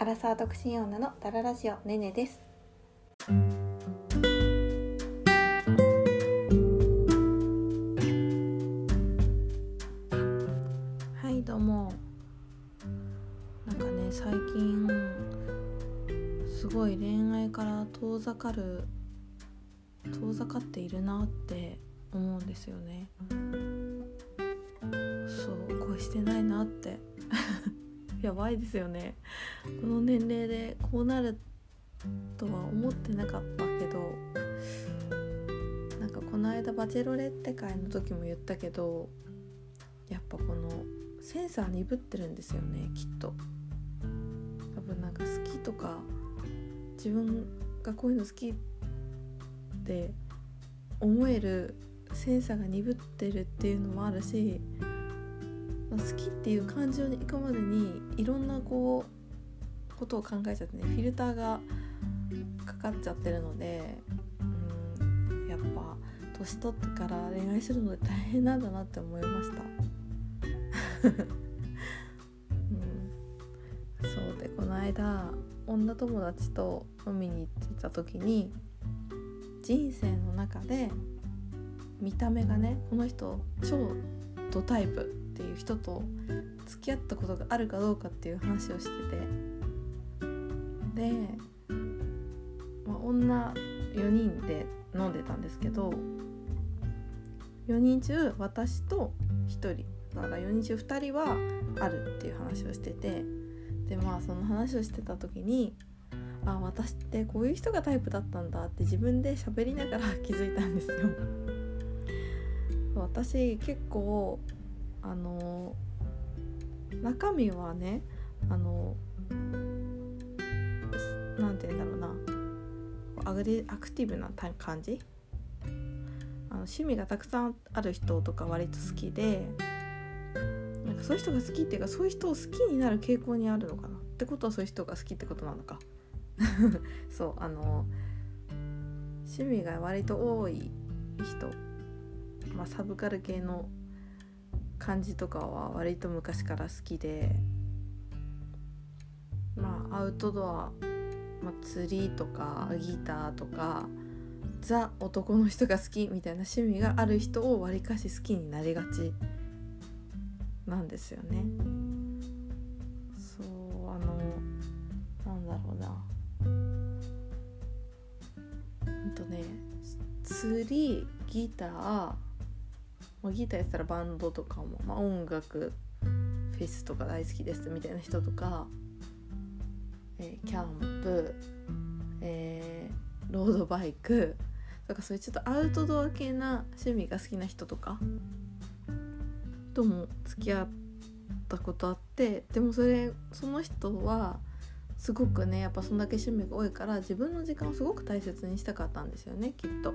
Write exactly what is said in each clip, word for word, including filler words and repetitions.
アラサー独身女のダララジオねねです。はいどうも。なんかね最近すごい恋愛から遠ざかる遠ざかっているなって思うんですよね。そう恋してないなってやばいですよね。この年齢でこうなるとは思ってなかったけど、なんかこの間バチェロレッテ会の時も言ったけど、やっぱこのセンサー鈍ってるんですよね、きっと。多分なんか好きとか自分がこういうの好きって思えるセンサーが鈍ってるっていうのもあるし、好きっていう感情に行くまでにいろんなこうことを考えちゃってね、フィルターがかかっちゃってるので、うん、やっぱ年取ってから恋愛するので大変なんだなって思いました、うん、そうでこの間女友達と飲みに行ってた時に、人生の中で見た目がねこの人超ドタイプっていう人と付き合ったことがあるかどうかっていう話をしてて、で、まあ、女よにんで飲んでたんですけど、よにん中私とひとりだからよにん中ふたりはあるっていう話をしてて、でまあその話をしてた時に、あ私ってこういう人がタイプだったんだって自分で喋りながら気づいたんですよ。私結構あの中身はね、あのなんて言うんだろうな、アグリアクティブな感じ、あの趣味がたくさんある人とか割と好きで、なんかそういう人が好きっていうか、そういう人を好きになる傾向にあるのかなってことは、そういう人が好きってことなのかそうあの趣味が割と多い人、まあ、サブカル系の感じとかは割と昔から好きで、まあアウトドア、まあ、釣りとかギターとかザ男の人が好きみたいな趣味がある人をわりかし好きになりがちなんですよね。そうあのなんだろうな、ほんとね釣りギターギターやったらバンドとかも、まあ、音楽フェスとか大好きですみたいな人とか、えー、キャンプ、えー、ロードバイクとか、そういうちょっとアウトドア系な趣味が好きな人とかとも付き合ったことあって、でもそれその人はすごくねやっぱそんだけ趣味が多いから自分の時間をすごく大切にしたかったんですよね、きっと。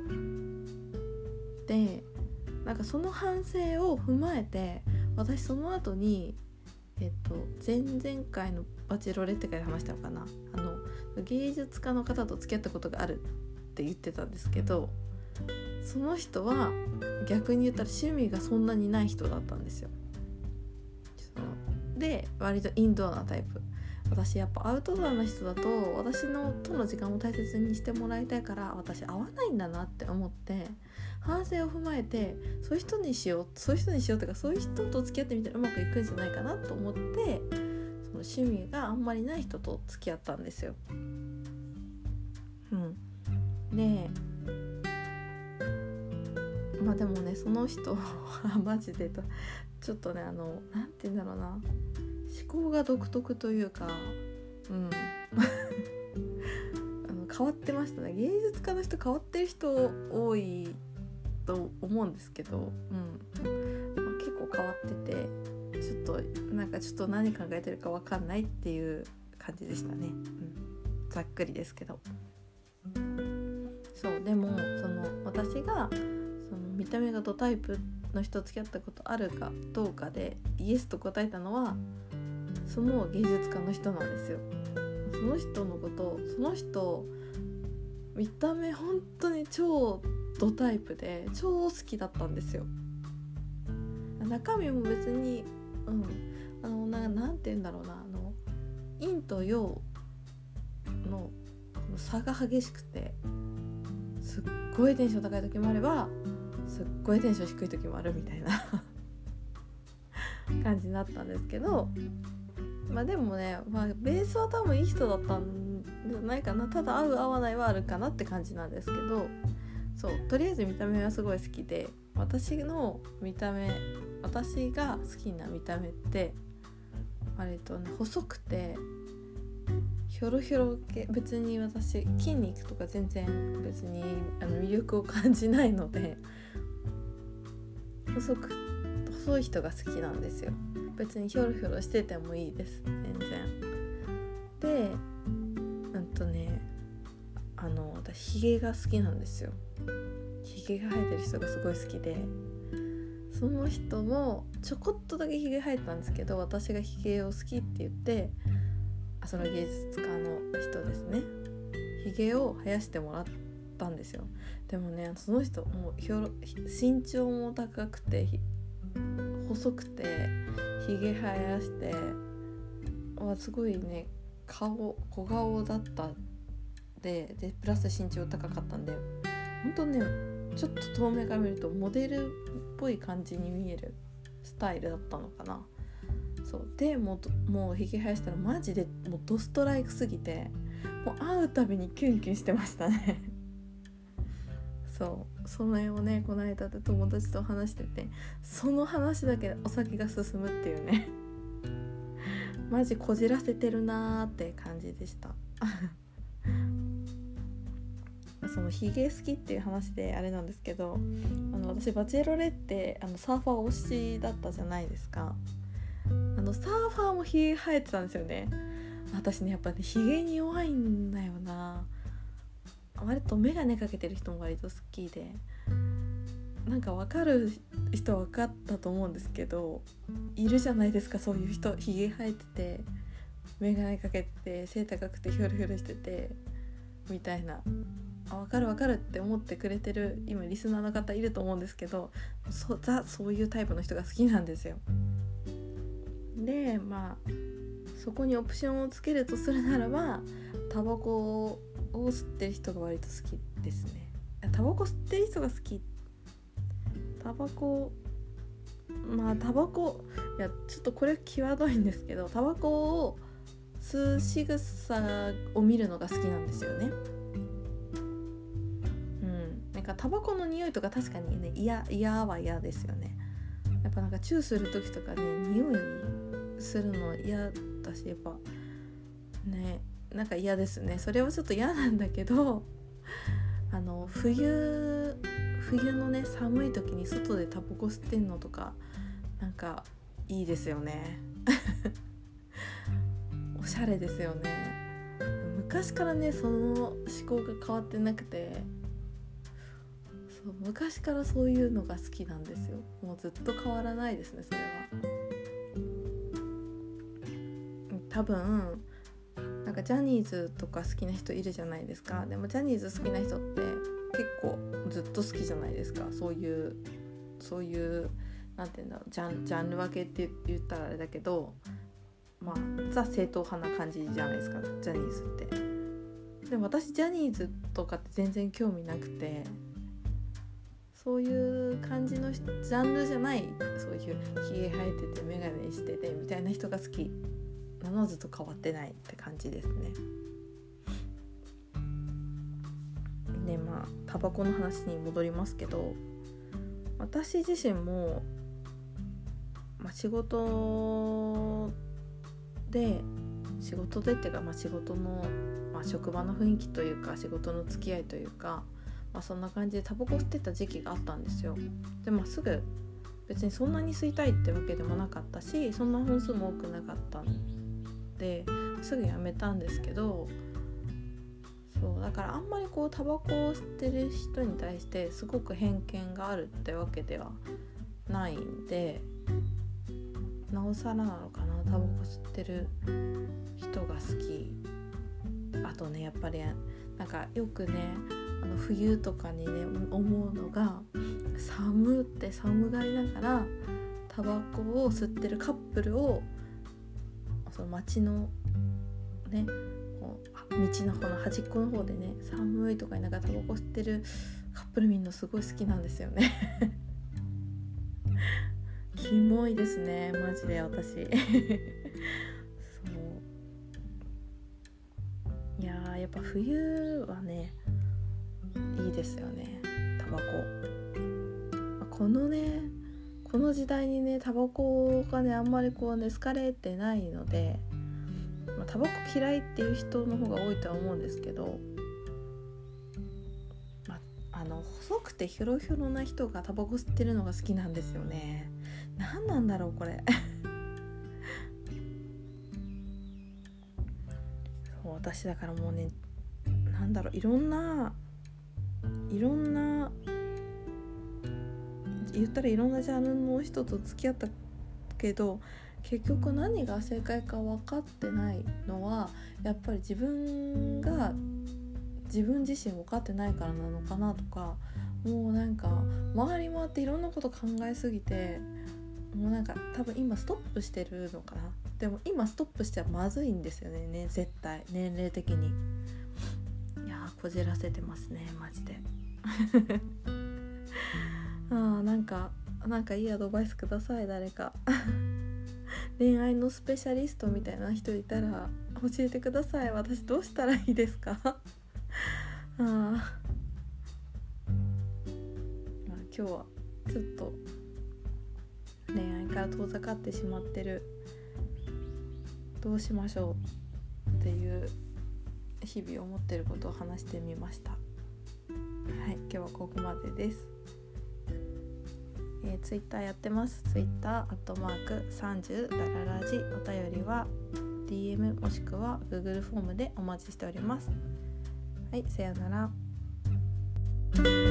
でなんかその反省を踏まえて、私その後にえっと前々回のバチェロレッテ会で話したのかな、あの芸術家の方と付き合ったことがあるって言ってたんですけど、その人は逆に言ったら趣味がそんなにない人だったんですよ。で割とインドアなタイプ。私やっぱアウトドアな人だと私のとの時間を大切にしてもらいたいから、私合わないんだなって思って反省を踏まえて、そういう人にしようそういう人にしようとか、そういう人と付き合ってみたらうまくいくんじゃないかなと思って、その趣味があんまりない人と付き合ったんですよ。うんでまあでもねその人はマジでちょっとねあのなんて言うんだろうな、思考が独特というか、うんあの変わってましたね。芸術家の人変わってる人多いと思うんですけど、うんまあ、結構変わってて、ちょっとなんかちょっと何考えてるか分かんないっていう感じでしたね、うん、ざっくりですけど。そうでもその私がその見た目がドタイプの人と付き合ったことあるかどうかでイエスと答えたのはその芸術家の人なんですよ。その人のことその人見た目本当に超ドタイプで超好きだったんですよ。中身も別にうんあのななんて言うんだろうな、あの陰と陽のこの差が激しくて、すっごいテンション高い時もあればすっごいテンション低い時もあるみたいな感じになったんですけど、まあでもね、まあ、ベースは多分いい人だったんじゃないかな。ただ合う合わないはあるかなって感じなんですけど、そうとりあえず見た目はすごい好きで、私の見た目私が好きな見た目って割とね細くてひょろひょろ系、別に私筋肉とか全然別にあの魅力を感じないので、細く細い人が好きなんですよ。別にひょろひょろしててもいいです、全然。でうんとねあの私ヒゲが好きなんですよ。ヒゲが生えてる人がすごい好きで、その人もちょこっとだけヒゲ生えてたんですけど、私がヒゲを好きって言って、その芸術家の人ですね、ヒゲを生やしてもらったんですよ。でもねその人もうひょろ身長も高くて細くてヒゲ生やしてすごいね顔小顔だったででプラス身長高かったんで、本当ねちょっと遠目から見るとモデルっぽい感じに見えるスタイルだったのかな。そうでもうもうひげ生やしたらマジでもうドストライクすぎて、もう会うたびにキュンキュンしてましたねそうその絵をねこの間で友達と話してて、その話だけでお酒が進むっていうねマジこじらせてるなーって感じでしたそのヒゲ好きっていう話であれなんですけど、あの私バチェロレってあのサーファー推しだったじゃないですか。あのサーファーもヒゲ生えてたんですよね。私ねやっぱねヒゲに弱いんだよな。割と眼鏡かけてる人も割と好きで、なんか分かる人は分かったと思うんですけど、いるじゃないですかそういう人、ヒゲ生えてて眼鏡かけて背高くてヒョロヒョロしててみたいな、あ分かる分かるって思ってくれてる今リスナーの方いると思うんですけど、そザそういうタイプの人が好きなんですよ。でまあそこにオプションをつけるとするならばタバコを吸ってる人が割と好きですね。タバコ吸ってる人が好き。タバコまあタバコいやちょっとこれ際どいんですけど、タバコを吸う仕草を見るのが好きなんですよね。うんなんかタバコの匂いとか確かにね嫌嫌は嫌ですよね。やっぱなんかチューする時とかね匂いするの嫌だし、やっぱねなんか嫌ですね。それはちょっと嫌なんだけど、あの冬冬のね寒い時に外でタバコ吸ってんのとかなんかいいですよねおしゃれですよね。昔からねその思考が変わってなくて、そう昔からそういうのが好きなんですよ。もうずっと変わらないですねそれは。多分なんかジャニーズとか好きな人いるじゃないですか。でもジャニーズ好きな人って結構ずっと好きじゃないですか。そういうそういうなんていうんだろう、ジャン、ジャンル分けって言ったらあれだけど、まあザ正統派な感じじゃないですかジャニーズって。でも私ジャニーズとかって全然興味なくて、そういう感じのジャンルじゃない、そういうひげ生えてて眼鏡しててみたいな人が好きなのはずっと変わってないって感じですね。でまあタバコの話に戻りますけど、私自身も、まあ、仕事で仕事でっていうか、まあ、仕事の、まあ、職場の雰囲気というか仕事の付き合いというか、まあ、そんな感じでタバコ吸ってた時期があったんですよ。でまあすぐ別にそんなに吸いたいってわけでもなかったし、そんな本数も多くなかったんですぐやめたんですけど、そうだからあんまりこうタバコを吸ってる人に対してすごく偏見があるってわけではないんで、なおさらなのかな、タバコ吸ってる人が好き。あとねやっぱりなんかよくねあの冬とかにね思うのが、寒って寒がりながらタバコを吸ってるカップルをその街のねこう道のこの端っこの方でね寒いとか言いながらタバコ吸ってるカップル見るのすごい好きなんですよねキモいですねマジで私そういやーやっぱ冬はねいいですよねタバコ。このねこの時代にねタバコがねあんまりこうね好かれてないので、まあ、タバコ嫌いっていう人の方が多いとは思うんですけど、まあ、あの細くてヒョロヒョロな人がタバコ吸ってるのが好きなんですよね。何なんだろうこれそう私だからもうねなんだろういろんないろんな言ったらいろんなジャンルの人と付き合ったけど結局何が正解か分かってないのはやっぱり自分が自分自身分かってないからなのかなとか、もうなんか回り回っていろんなこと考えすぎてもうなんか多分今ストップしてるのかな。でも今ストップしちゃまずいんですよね、ね絶対年齢的に。いやーこじらせてますねマジであーなんかなんかいいアドバイスください誰か恋愛のスペシャリストみたいな人いたら教えてください。私どうしたらいいですかあー、まあ、今日はちょっと恋愛から遠ざかってしまってるどうしましょうっていう日々思ってることを話してみました。はい、今日はここまでです。えー、ツイッターやってます。ツイッターアットマークさんじゅうダララジ、お便りは ディーエム もしくは Google フォームでお待ちしております。はい、さようなら。